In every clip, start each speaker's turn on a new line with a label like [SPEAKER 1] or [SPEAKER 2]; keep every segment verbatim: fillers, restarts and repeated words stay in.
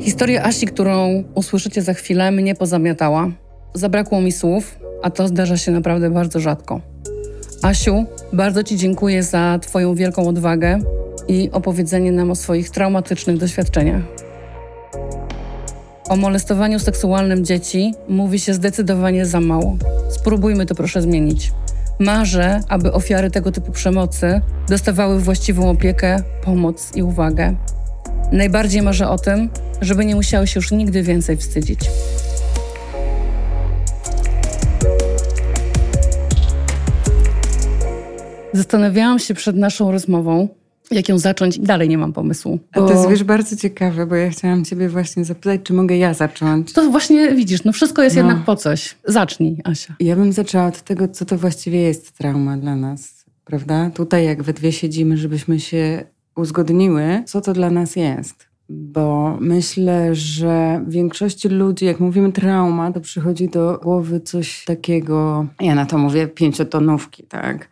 [SPEAKER 1] Historia Asi, którą usłyszycie za chwilę, mnie pozamiatała. Zabrakło mi słów, a to zdarza się naprawdę bardzo rzadko. Asiu, bardzo Ci dziękuję za Twoją wielką odwagę i opowiedzenie nam o swoich traumatycznych doświadczeniach. O molestowaniu seksualnym dzieci mówi się zdecydowanie za mało. Spróbujmy to proszę zmienić. Marzę, aby ofiary tego typu przemocy dostawały właściwą opiekę, pomoc i uwagę. Najbardziej marzę o tym, żeby nie musiały się już nigdy więcej wstydzić. Zastanawiałam się przed naszą rozmową, jak ją zacząć i dalej nie mam pomysłu.
[SPEAKER 2] Bo... A to jest, wiesz, bardzo ciekawe, bo ja chciałam Ciebie właśnie zapytać, czy mogę ja zacząć?
[SPEAKER 1] To właśnie widzisz, no wszystko jest no. jednak po coś. Zacznij, Asia.
[SPEAKER 2] Ja bym zaczęła od tego, co to właściwie jest trauma dla nas, prawda? Tutaj jak we dwie siedzimy, żebyśmy się uzgodniły, co to dla nas jest. Bo myślę, że większości ludzi, jak mówimy trauma, to przychodzi do głowy coś takiego, ja na to mówię pięciotonówki, tak?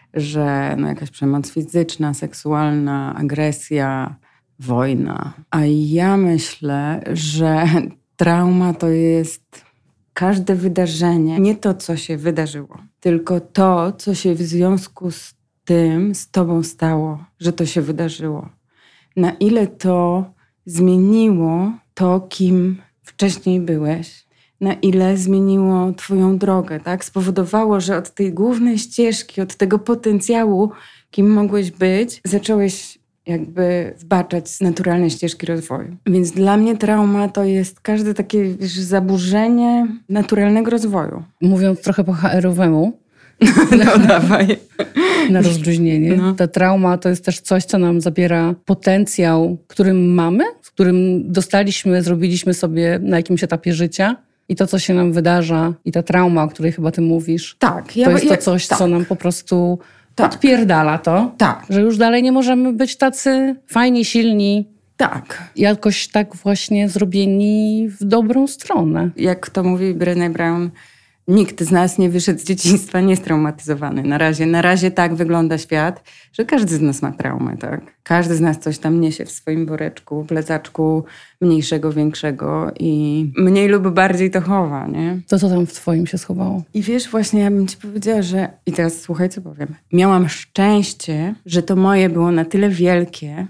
[SPEAKER 2] Że no jakaś przemoc fizyczna, seksualna, agresja, wojna. A ja myślę, że trauma to jest każde wydarzenie, nie to, co się wydarzyło, tylko to, co się w związku z tym z tobą stało, że to się wydarzyło. Na ile to zmieniło to, kim wcześniej byłeś, na ile zmieniło twoją drogę, tak? Spowodowało, że od tej głównej ścieżki, od tego potencjału, kim mogłeś być, zacząłeś jakby wbaczać z naturalnej ścieżki rozwoju. Więc dla mnie trauma to jest każde takie, wiesz, zaburzenie naturalnego rozwoju.
[SPEAKER 1] Mówiąc trochę po ha er owemu,
[SPEAKER 2] no dawaj.
[SPEAKER 1] Na rozluźnienie. No. Ta trauma to jest też coś, co nam zabiera potencjał, którym mamy, z którym dostaliśmy, zrobiliśmy sobie na jakimś etapie życia. I to, co się nam wydarza, i ta trauma, o której chyba ty mówisz,
[SPEAKER 2] tak,
[SPEAKER 1] ja, to jest to coś, ja, tak. co nam po prostu tak. odpierdala to,
[SPEAKER 2] tak.
[SPEAKER 1] że już dalej nie możemy być tacy fajni, silni.
[SPEAKER 2] Tak.
[SPEAKER 1] Jakoś tak właśnie zrobieni w dobrą stronę.
[SPEAKER 2] Jak to mówi Brené Brown, nikt z nas nie wyszedł z dzieciństwa niestraumatyzowany. Na razie, na razie tak wygląda świat, że każdy z nas ma traumę, tak? Każdy z nas coś tam niesie w swoim woreczku, plecaczku mniejszego, większego i mniej lub bardziej to chowa, nie?
[SPEAKER 1] To co tam w twoim się schowało?
[SPEAKER 2] I wiesz, właśnie ja bym ci powiedziała, że... I teraz słuchaj, co powiem. Miałam szczęście, że to moje było na tyle wielkie,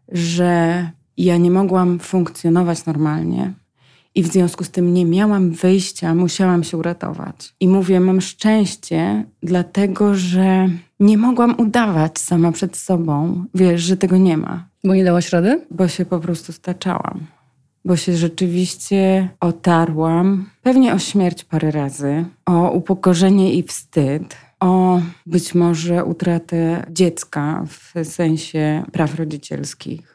[SPEAKER 2] że ja nie mogłam funkcjonować normalnie. I w związku z tym nie miałam wyjścia, musiałam się uratować. I mówię, mam szczęście, dlatego że nie mogłam udawać sama przed sobą, wiesz, że tego nie ma.
[SPEAKER 1] Bo nie dałaś rady?
[SPEAKER 2] Bo się po prostu staczałam. Bo się rzeczywiście otarłam, pewnie o śmierć parę razy, o upokorzenie i wstyd, o być może utratę dziecka w sensie praw rodzicielskich.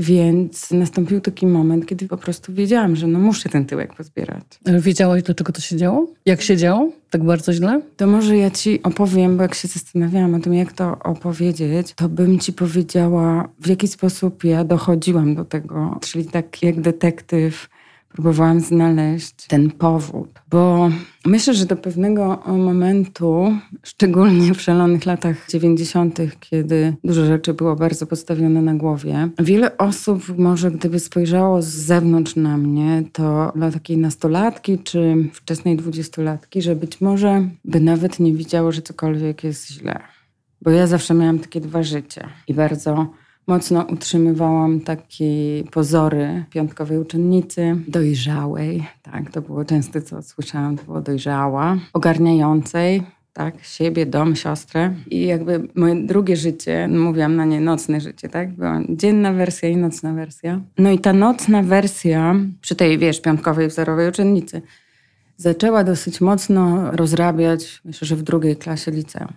[SPEAKER 2] Więc nastąpił taki moment, kiedy po prostu wiedziałam, że no muszę ten tyłek pozbierać.
[SPEAKER 1] Ale wiedziałaś, dlaczego to się działo? Jak się działo? Tak bardzo źle?
[SPEAKER 2] To może ja ci opowiem, bo jak się zastanawiałam o tym, jak to opowiedzieć, to bym ci powiedziała, w jaki sposób ja dochodziłam do tego. Czyli tak jak detektyw próbowałam znaleźć ten powód. Bo myślę, że do pewnego momentu, szczególnie w szalonych latach dziewięćdziesiątych, kiedy dużo rzeczy było bardzo postawione na głowie, wiele osób może gdyby spojrzało z zewnątrz na mnie, to dla takiej nastolatki czy wczesnej dwudziestolatki, że być może by nawet nie widziało, że cokolwiek jest źle. Bo ja zawsze miałam takie dwa życia i bardzo mocno utrzymywałam takie pozory piątkowej uczennicy, dojrzałej, tak, to było często, co słyszałam, to było dojrzała, ogarniającej, tak, siebie, dom, siostrę. I jakby moje drugie życie, mówiłam na nie nocne życie, tak, była dzienna wersja i nocna wersja. No i ta nocna wersja, przy tej, wiesz, piątkowej wzorowej uczennicy, zaczęła dosyć mocno rozrabiać, myślę, że w drugiej klasie liceum.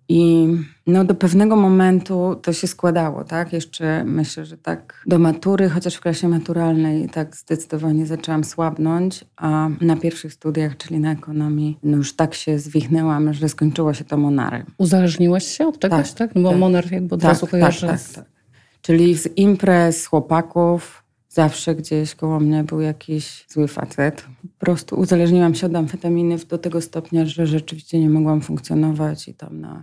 [SPEAKER 2] I no do pewnego momentu to się składało, tak? Jeszcze myślę, że tak do matury, chociaż w klasie maturalnej tak zdecydowanie zaczęłam słabnąć, a na pierwszych studiach, czyli na ekonomii, no już tak się zwichnęłam, że skończyło się to monarem.
[SPEAKER 1] Uzależniłaś się od czegoś, tak? tak? No bo
[SPEAKER 2] tak.
[SPEAKER 1] monar jakby od
[SPEAKER 2] tak,
[SPEAKER 1] razu kojarzy.
[SPEAKER 2] Tak, tak, tak. Czyli z imprez, chłopaków, zawsze gdzieś koło mnie był jakiś zły facet. Po prostu uzależniłam się od amfetaminy do tego stopnia, że rzeczywiście nie mogłam funkcjonować i tam na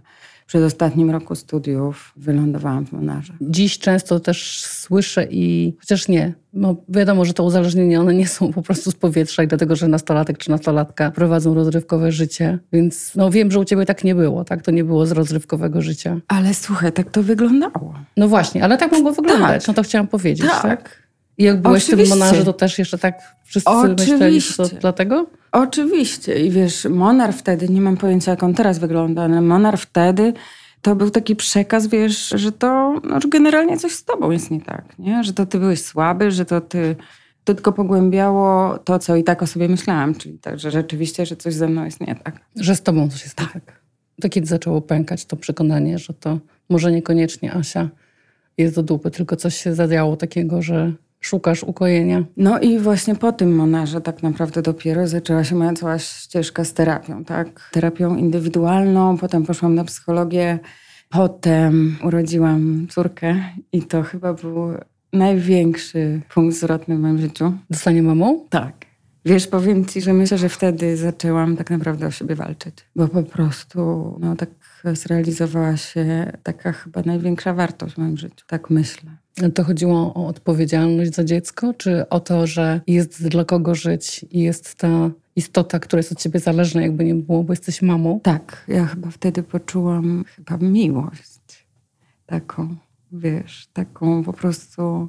[SPEAKER 2] przed ostatnim roku studiów wylądowałam w Monarze.
[SPEAKER 1] Dziś często też słyszę i, chociaż nie, no wiadomo, że to uzależnienie, one nie są po prostu z powietrza i dlatego, że nastolatek czy nastolatka prowadzą rozrywkowe życie. Więc no wiem, że u ciebie tak nie było, tak? To nie było z rozrywkowego życia.
[SPEAKER 2] Ale słuchaj, tak to wyglądało.
[SPEAKER 1] No właśnie, ale tak mogło wyglądać.
[SPEAKER 2] Tak.
[SPEAKER 1] No to chciałam powiedzieć, tak?
[SPEAKER 2] Tak.
[SPEAKER 1] I jak byłeś
[SPEAKER 2] Oczywiście.
[SPEAKER 1] w tym Monarze, to też jeszcze tak wszyscy
[SPEAKER 2] Oczywiście.
[SPEAKER 1] myśleli, że to dlatego?
[SPEAKER 2] Oczywiście. I wiesz, Monar wtedy, nie mam pojęcia jak on teraz wygląda, ale Monar wtedy to był taki przekaz, wiesz, że to no, że generalnie coś z tobą jest nie tak, nie? Że to ty byłeś słaby, że to ty... To tylko pogłębiało to, co i tak o sobie myślałam, czyli tak, że rzeczywiście, że coś ze mną jest nie tak.
[SPEAKER 1] Że z tobą coś jest tak. tak. To kiedy zaczęło pękać to przekonanie, że to może niekoniecznie Asia jest do dupy, tylko coś się zadziało takiego, że szukasz ukojenia.
[SPEAKER 2] No i właśnie po tym Monarze tak naprawdę dopiero zaczęła się moja cała ścieżka z terapią, tak? Terapią indywidualną, potem poszłam na psychologię, potem urodziłam córkę i to chyba był największy punkt zwrotny w moim życiu.
[SPEAKER 1] Zostanie mamą?
[SPEAKER 2] Tak. Wiesz, powiem ci, że myślę, że wtedy zaczęłam tak naprawdę o siebie walczyć. Bo po prostu no, tak zrealizowała się taka chyba największa wartość w moim życiu. Tak myślę.
[SPEAKER 1] To chodziło o odpowiedzialność za dziecko, czy o to, że jest dla kogo żyć i jest ta istota, która jest od ciebie zależna, jakby nie było, bo jesteś mamą?
[SPEAKER 2] Tak. Ja chyba wtedy poczułam chyba miłość. Taką, wiesz, taką po prostu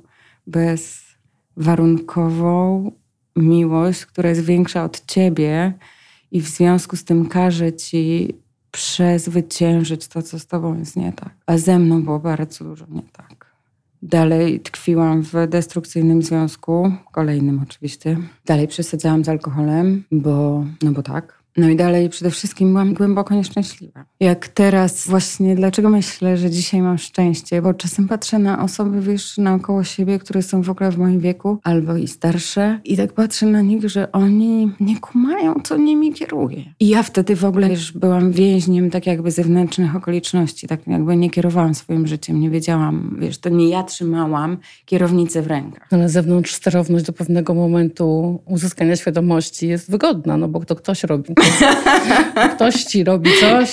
[SPEAKER 2] bezwarunkową miłość, która jest większa od ciebie i w związku z tym każe ci przezwyciężyć to, co z tobą jest nie tak. A ze mną było bardzo dużo nie tak. Dalej tkwiłam w destrukcyjnym związku, kolejnym oczywiście. Dalej przesadzałam z alkoholem, bo, no bo tak. No i dalej przede wszystkim byłam głęboko nieszczęśliwa. Jak teraz właśnie, dlaczego myślę, że dzisiaj mam szczęście? Bo czasem patrzę na osoby, wiesz, naokoło siebie, które są w ogóle w moim wieku, albo i starsze. I tak patrzę na nich, że oni nie kumają, co nimi kieruje. I ja wtedy w ogóle, wiesz, byłam więźniem tak jakby zewnętrznych okoliczności. Tak jakby nie kierowałam swoim życiem, nie wiedziałam, wiesz, to nie ja trzymałam kierownicę w rękach.
[SPEAKER 1] Ale zewnątrz sterowność do pewnego momentu uzyskania świadomości jest wygodna, no bo to ktoś robi. Ktoś ci robi coś,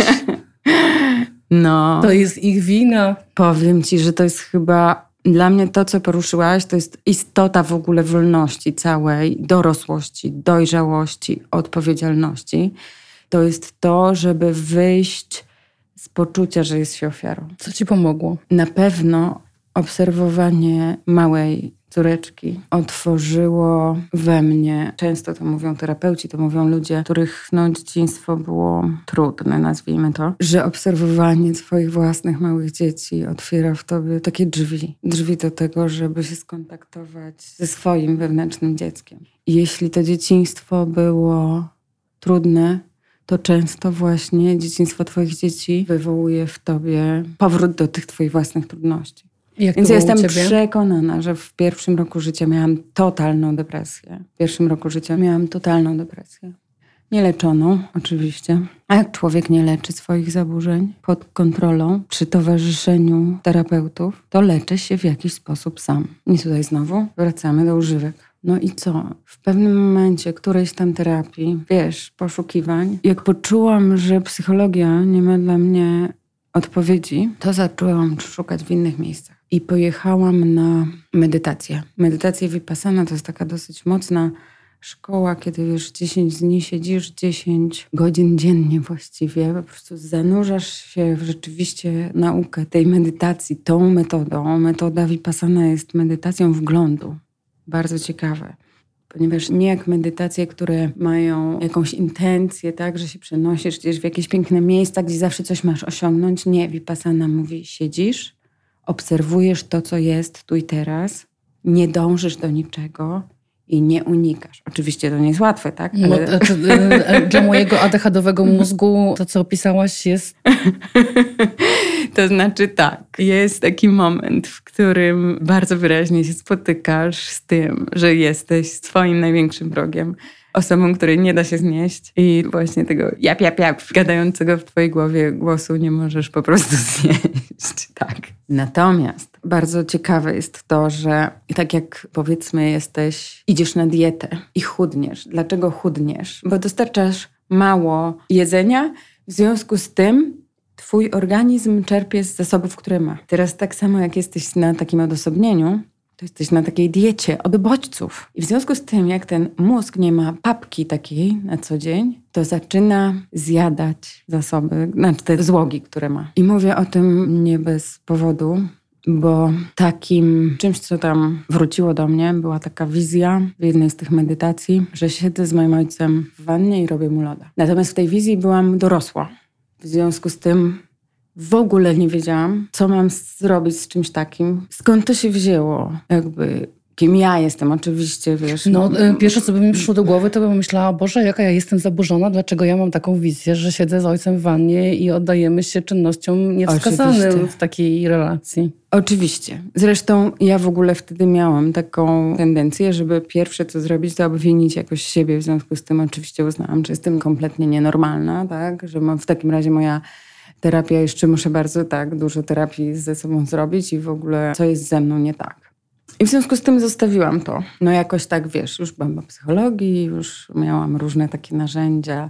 [SPEAKER 2] no,
[SPEAKER 1] to jest ich wina.
[SPEAKER 2] Powiem ci, że to jest chyba dla mnie to, co poruszyłaś, to jest istota w ogóle wolności całej, dorosłości, dojrzałości, odpowiedzialności. To jest to, żeby wyjść z poczucia, że jest się ofiarą.
[SPEAKER 1] Co ci pomogło?
[SPEAKER 2] Na pewno obserwowanie małej córeczki otworzyło we mnie, często to mówią terapeuci, to mówią ludzie, których no, dzieciństwo było trudne, nazwijmy to, że obserwowanie swoich własnych małych dzieci otwiera w tobie takie drzwi. Drzwi do tego, żeby się skontaktować ze swoim wewnętrznym dzieckiem. I jeśli to dzieciństwo było trudne, to często właśnie dzieciństwo twoich dzieci wywołuje w tobie powrót do tych twoich własnych trudności.
[SPEAKER 1] Jak
[SPEAKER 2] Więc ja jestem przekonana, że w pierwszym roku życia miałam totalną depresję. W pierwszym roku życia miałam totalną depresję. Nieleczoną, oczywiście. A jak człowiek nie leczy swoich zaburzeń pod kontrolą, przy towarzyszeniu terapeutów, to leczy się w jakiś sposób sam. I tutaj znowu wracamy do używek. No i co? W pewnym momencie którejś tam terapii, wiesz, poszukiwań, jak poczułam, że psychologia nie ma dla mnie odpowiedzi, to zaczęłam szukać w innych miejscach. I pojechałam na medytację. Medytacja Vipassana to jest taka dosyć mocna szkoła, kiedy wiesz, dziesięć dni siedzisz, dziesięć godzin dziennie właściwie. Po prostu zanurzasz się w rzeczywiście naukę tej medytacji tą metodą. Metoda Vipassana jest medytacją wglądu. Bardzo ciekawe. Ponieważ nie jak medytacje, które mają jakąś intencję, tak, że się przenosisz gdzieś w jakieś piękne miejsca, gdzie zawsze coś masz osiągnąć. Nie, Vipassana mówi, siedzisz, obserwujesz to, co jest tu i teraz, nie dążysz do niczego i nie unikasz. Oczywiście to nie jest łatwe, tak? Ale...
[SPEAKER 1] No, znaczy, dla mojego A D H D-owego mózgu to, co opisałaś, jest...
[SPEAKER 2] To znaczy tak, jest taki moment, w którym bardzo wyraźnie się spotykasz z tym, że jesteś swoim największym wrogiem. Osobą, której nie da się znieść i właśnie tego jap, jap, jap gadającego w twojej głowie głosu nie możesz po prostu znieść. Tak. Natomiast bardzo ciekawe jest to, że tak jak powiedzmy jesteś, idziesz na dietę i chudniesz. Dlaczego chudniesz? Bo dostarczasz mało jedzenia, w związku z tym twój organizm czerpie z zasobów, które ma. Teraz tak samo jak jesteś na takim odosobnieniu, to jesteś na takiej diecie od bodźców. I w związku z tym, jak ten mózg nie ma papki takiej na co dzień, to zaczyna zjadać zasoby, znaczy te złogi, które ma. I mówię o tym nie bez powodu, bo takim czymś, co tam wróciło do mnie, była taka wizja w jednej z tych medytacji, że siedzę z moim ojcem w wannie i robię mu loda. Natomiast w tej wizji byłam dorosła. W związku z tym w ogóle nie wiedziałam, co mam zrobić z czymś takim. Skąd to się wzięło? Jakby kim ja jestem, oczywiście, wiesz.
[SPEAKER 1] No, no pierwsze, co by mi przyszło do głowy, to bym myślała, Boże, jaka ja jestem zaburzona, dlaczego ja mam taką wizję, że siedzę z ojcem w wannie i oddajemy się czynnościom niewskazanym oczywiście. W takiej relacji.
[SPEAKER 2] Oczywiście. Zresztą ja w ogóle wtedy miałam taką tendencję, żeby pierwsze co zrobić, to obwinić jakoś siebie. W związku z tym oczywiście uznałam, że jestem kompletnie nienormalna, tak? Że mam w takim razie moja terapia, jeszcze muszę bardzo tak dużo terapii ze sobą zrobić i w ogóle co jest ze mną nie tak. I w związku z tym zostawiłam to. No jakoś tak, wiesz, już byłam po psychologii, już miałam różne takie narzędzia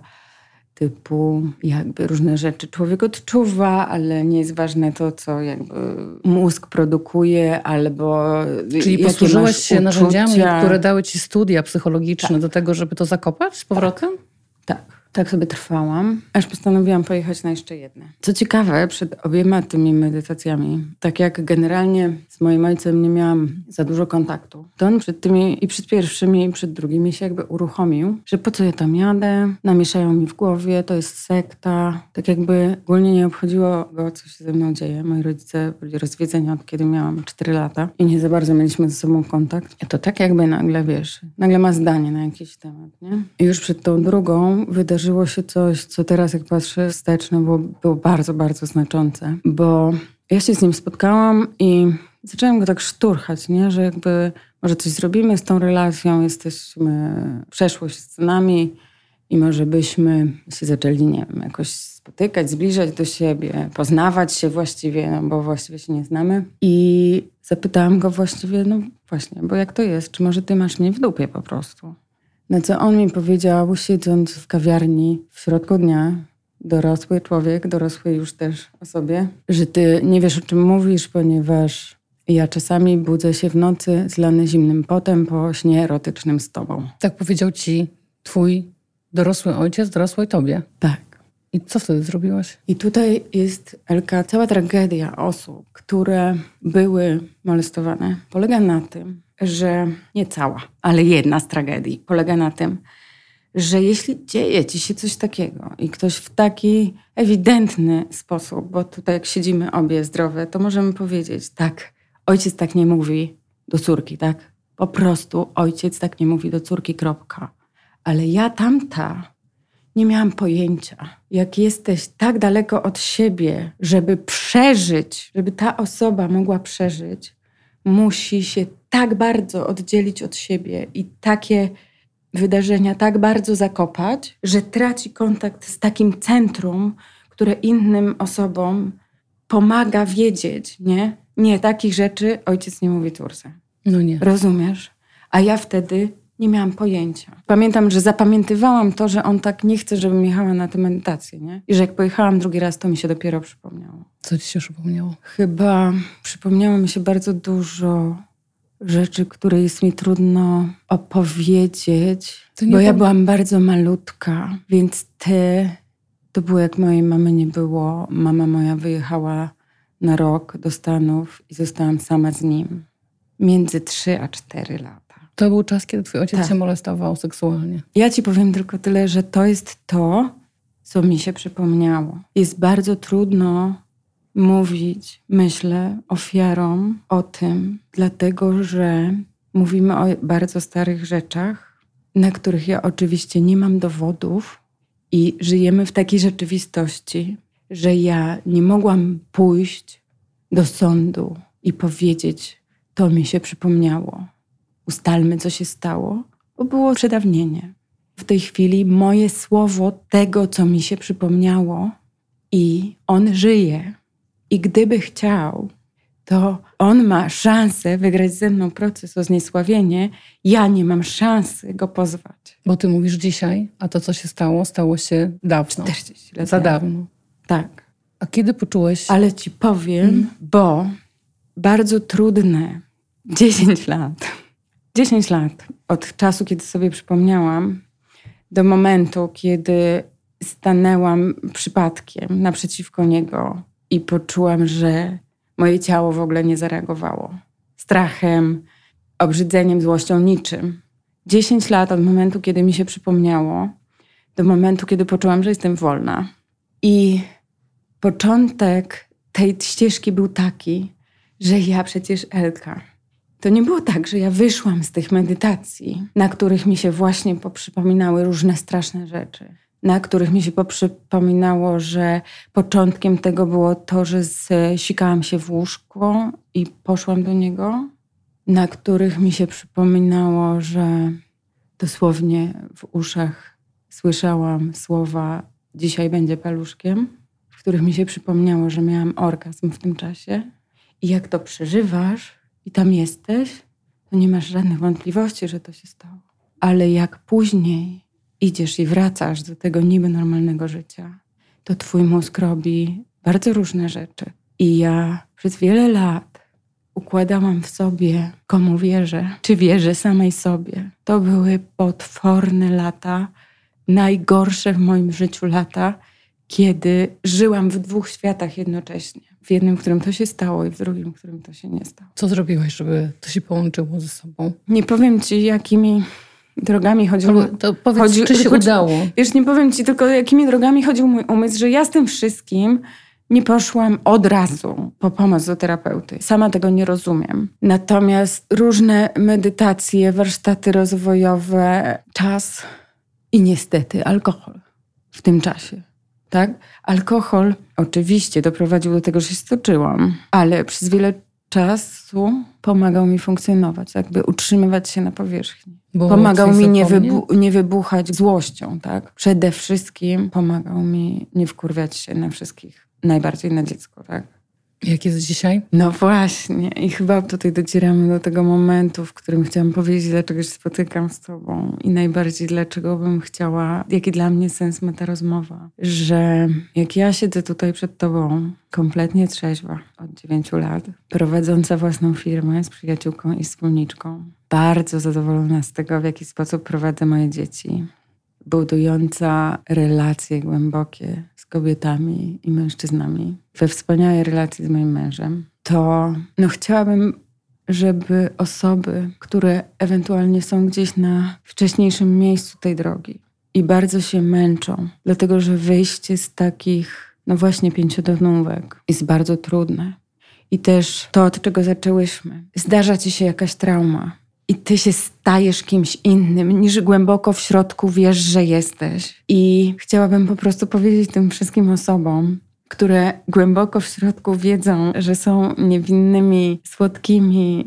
[SPEAKER 2] typu jakby różne rzeczy człowiek odczuwa, ale nie jest ważne to, co jakby mózg produkuje, albo
[SPEAKER 1] czyli
[SPEAKER 2] jakie
[SPEAKER 1] posłużyłaś się
[SPEAKER 2] uczucia.
[SPEAKER 1] narzędziami, które dały ci studia psychologiczne tak. do tego, żeby to zakopać z powrotem?
[SPEAKER 2] Tak. tak. Tak sobie trwałam, aż postanowiłam pojechać na jeszcze jedne. Co ciekawe, przed obiema tymi medytacjami, tak jak generalnie z moim ojcem nie miałam za dużo kontaktu, to on przed tymi i przed pierwszymi i przed drugimi się jakby uruchomił, że po co ja tam jadę, namieszają mi w głowie, to jest sekta. Tak jakby ogólnie nie obchodziło go, co się ze mną dzieje. Moi rodzice byli rozwiedzeni od kiedy miałam cztery lata i nie za bardzo mieliśmy ze sobą kontakt. I to tak jakby nagle, wiesz, nagle ma zdanie na jakiś temat, nie? I już przed tą drugą wydarzyło Wydarzyło się coś, co teraz jak patrzę wstecz, no było, było bardzo, bardzo znaczące. Bo ja się z nim spotkałam i zaczęłam go tak szturchać, nie? Że jakby może coś zrobimy z tą relacją, jesteśmy, przeszło się z nami i może byśmy się zaczęli, nie wiem, jakoś spotykać, zbliżać do siebie, poznawać się właściwie, no bo właściwie się nie znamy. I zapytałam go właściwie, no właśnie, bo jak to jest? Czy może ty masz mnie w dupie po prostu? Na co on mi powiedział, siedząc w kawiarni w środku dnia, dorosły człowiek, dorosły już też osobie, że ty nie wiesz, o czym mówisz, ponieważ ja czasami budzę się w nocy zlany zimnym potem po śnie erotycznym z tobą.
[SPEAKER 1] Tak powiedział ci twój dorosły ojciec, dorosłej tobie?
[SPEAKER 2] Tak.
[SPEAKER 1] I co wtedy zrobiłaś?
[SPEAKER 2] I tutaj jest, Elka, cała tragedia osób, które były molestowane, polega na tym, że nie cała, ale jedna z tragedii polega na tym, że jeśli dzieje ci się coś takiego i ktoś w taki ewidentny sposób, bo tutaj jak siedzimy obie zdrowe, to możemy powiedzieć, tak, ojciec tak nie mówi do córki, tak? Po prostu ojciec tak nie mówi do córki, kropka. Ale ja tamta nie miałam pojęcia, jak jesteś tak daleko od siebie, żeby przeżyć, żeby ta osoba mogła przeżyć, musi się tak bardzo oddzielić od siebie i takie wydarzenia tak bardzo zakopać, że traci kontakt z takim centrum, które innym osobom pomaga wiedzieć, nie? Nie, takich rzeczy ojciec nie mówi córce.
[SPEAKER 1] No nie.
[SPEAKER 2] Rozumiesz? A ja wtedy nie miałam pojęcia. Pamiętam, że zapamiętywałam to, że on tak nie chce, żebym jechała na tę medytację, nie? I że jak pojechałam drugi raz, to mi się dopiero przypomniało.
[SPEAKER 1] Co ci się przypomniało?
[SPEAKER 2] Chyba przypomniało mi się bardzo dużo rzeczy, które jest mi trudno opowiedzieć, bo ja byłam bardzo malutka, więc te, to było jak mojej mamy nie było. Mama moja wyjechała na rok do Stanów i zostałam sama z nim. Między trzy a cztery lata.
[SPEAKER 1] To był czas, kiedy twój ojciec
[SPEAKER 2] tak.
[SPEAKER 1] cię molestował seksualnie.
[SPEAKER 2] Ja ci powiem tylko tyle, że to jest to, co mi się przypomniało. Jest bardzo trudno mówić, myślę, ofiarom o tym, dlatego że mówimy o bardzo starych rzeczach, na których ja oczywiście nie mam dowodów i żyjemy w takiej rzeczywistości, że ja nie mogłam pójść do sądu i powiedzieć, to mi się przypomniało. Ustalmy, co się stało, bo było przedawnienie. W tej chwili moje słowo tego, co mi się przypomniało i on żyje. I gdyby chciał, to on ma szansę wygrać ze mną proces o zniesławienie. Ja nie mam szansy go pozwać.
[SPEAKER 1] Bo ty mówisz dzisiaj, a to, co się stało, stało się dawno.
[SPEAKER 2] czterdzieści lat.
[SPEAKER 1] Za dawno.
[SPEAKER 2] Tak.
[SPEAKER 1] A kiedy poczułeś...
[SPEAKER 2] Ale ci powiem, mm. bo bardzo trudne dziesięć lat, dziesięć lat od czasu, kiedy sobie przypomniałam, do momentu, kiedy stanęłam przypadkiem naprzeciwko niego i poczułam, że moje ciało w ogóle nie zareagowało. Strachem, obrzydzeniem, złością, niczym. Dziesięć lat od momentu, kiedy mi się przypomniało, do momentu, kiedy poczułam, że jestem wolna. I początek tej ścieżki był taki, że ja przecież, Elka, to nie było tak, że ja wyszłam z tych medytacji, na których mi się właśnie poprzypominały różne straszne rzeczy, na których mi się poprzypominało, że początkiem tego było to, że zsikałam się w łóżko i poszłam do niego, na których mi się przypominało, że dosłownie w uszach słyszałam słowa dzisiaj będzie paluszkiem, w których mi się przypomniało, że miałam orgazm w tym czasie. I jak to przeżywasz i tam jesteś, to nie masz żadnych wątpliwości, że to się stało. Ale jak później idziesz i wracasz do tego niby normalnego życia, to twój mózg robi bardzo różne rzeczy. I ja przez wiele lat układałam w sobie, komu wierzę, czy wierzę samej sobie. To były potworne lata, najgorsze w moim życiu lata, kiedy żyłam w dwóch światach jednocześnie. W jednym, w którym to się stało i w drugim, w którym to się nie stało.
[SPEAKER 1] Co zrobiłaś, żeby to się połączyło ze sobą?
[SPEAKER 2] Nie powiem ci, jakimi drogami chodził...
[SPEAKER 1] Ale to powiedz,
[SPEAKER 2] chodził,
[SPEAKER 1] czy się
[SPEAKER 2] chodzi,
[SPEAKER 1] udało?
[SPEAKER 2] Wiesz, nie powiem ci tylko, jakimi drogami chodził mój umysł, że ja z tym wszystkim nie poszłam od razu po pomoc do terapeuty. Sama tego nie rozumiem. Natomiast różne medytacje, warsztaty rozwojowe, czas i niestety alkohol w tym czasie. Tak? Alkohol oczywiście doprowadził do tego, że się stoczyłam, ale przez wiele czasu pomagał mi funkcjonować, jakby utrzymywać się na powierzchni. Było pomagał mi nie, wybu- nie wybuchać złością. Tak? Przede wszystkim pomagał mi nie wkurwiać się na wszystkich, najbardziej na dziecko. Tak?
[SPEAKER 1] Jak jest dzisiaj?
[SPEAKER 2] No właśnie. I chyba tutaj docieramy do tego momentu, w którym chciałam powiedzieć, dlaczego się spotykam z tobą i najbardziej dlaczego bym chciała, jaki dla mnie sens ma ta rozmowa. Że jak ja siedzę tutaj przed tobą, kompletnie trzeźwa od dziewięciu lat, prowadząca własną firmę z przyjaciółką i wspólniczką, bardzo zadowolona z tego, w jaki sposób prowadzę moje dzieci, budująca relacje głębokie z kobietami i mężczyznami, we wspaniałej relacji z moim mężem, to no chciałabym, żeby osoby, które ewentualnie są gdzieś na wcześniejszym miejscu tej drogi i bardzo się męczą, dlatego że wyjście z takich, no właśnie pięciodnówek jest bardzo trudne. I też to, od czego zaczęłyśmy. Zdarza ci się jakaś trauma, i ty się stajesz kimś innym, niż głęboko w środku wiesz, że jesteś. I chciałabym po prostu powiedzieć tym wszystkim osobom, które głęboko w środku wiedzą, że są niewinnymi, słodkimi,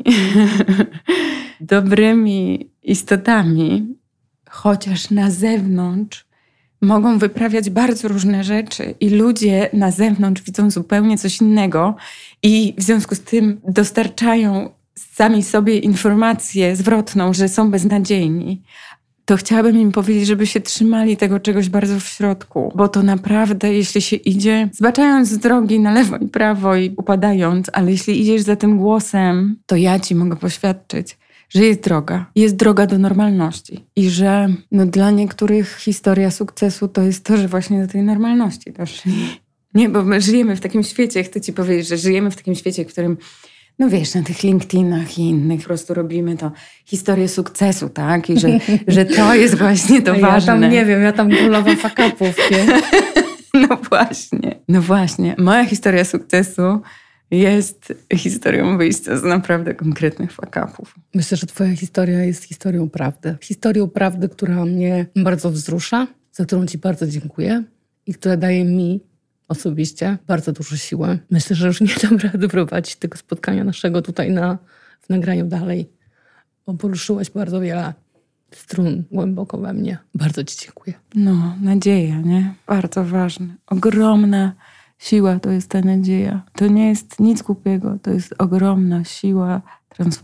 [SPEAKER 2] dobrymi istotami, chociaż na zewnątrz mogą wyprawiać bardzo różne rzeczy i ludzie na zewnątrz widzą zupełnie coś innego i w związku z tym dostarczają sami sobie informację zwrotną, że są beznadziejni, to chciałabym im powiedzieć, żeby się trzymali tego czegoś bardzo w środku. Bo to naprawdę, jeśli się idzie, zbaczając z drogi na lewo i prawo i upadając, ale jeśli idziesz za tym głosem, to ja ci mogę poświadczyć, że jest droga. Jest droga do normalności. I że no, dla niektórych historia sukcesu to jest to, że właśnie do tej normalności doszli. Nie, bo my żyjemy w takim świecie, chcę ci powiedzieć, że żyjemy w takim świecie, w którym no wiesz, na tych LinkedInach i innych po prostu robimy to historię sukcesu, tak? I że, że to jest właśnie to
[SPEAKER 1] ja
[SPEAKER 2] ważne.
[SPEAKER 1] Ja tam nie wiem, ja tam królową fakapów, nie?
[SPEAKER 2] No właśnie. No właśnie. Moja historia sukcesu jest historią wyjścia z naprawdę konkretnych fakapów.
[SPEAKER 1] Myślę, że twoja historia jest historią prawdy. Historią prawdy, która mnie bardzo wzrusza, za którą ci bardzo dziękuję i która daje mi osobiście bardzo dużo siły. Myślę, że już nie dam rady prowadzić tego spotkania naszego tutaj na, w nagraniu dalej, bo poruszyłaś bardzo wiele strun głęboko we mnie. Bardzo ci dziękuję.
[SPEAKER 2] No, nadzieja, nie? Bardzo ważne. Ogromna siła to jest ta nadzieja. To nie jest nic głupiego, to jest ogromna siła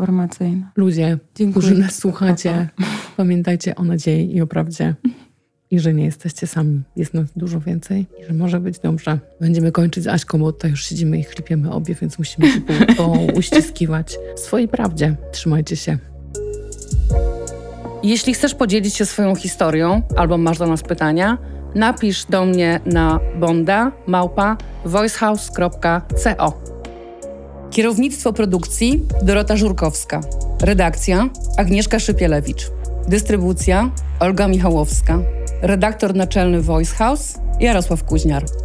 [SPEAKER 2] transformacyjna.
[SPEAKER 1] Ludzie,
[SPEAKER 2] dziękuję,
[SPEAKER 1] którzy nas słuchacie, pamiętajcie o nadziei i o prawdzie.
[SPEAKER 3] i że nie jesteście sami. Jest nas dużo więcej i że może być dobrze. Będziemy kończyć z Aśką, bo tutaj już siedzimy i chlipiemy obie, więc musimy się po, po uściskiwać w swojej prawdzie. Trzymajcie się.
[SPEAKER 1] Jeśli chcesz podzielić się swoją historią albo masz do nas pytania, napisz do mnie na bonda małpa voicehouse kropka co. Kierownictwo produkcji Dorota Żurkowska. Redakcja Agnieszka Szypielewicz. Dystrybucja Olga Michałowska. Redaktor naczelny Voice House Jarosław Kuźniar.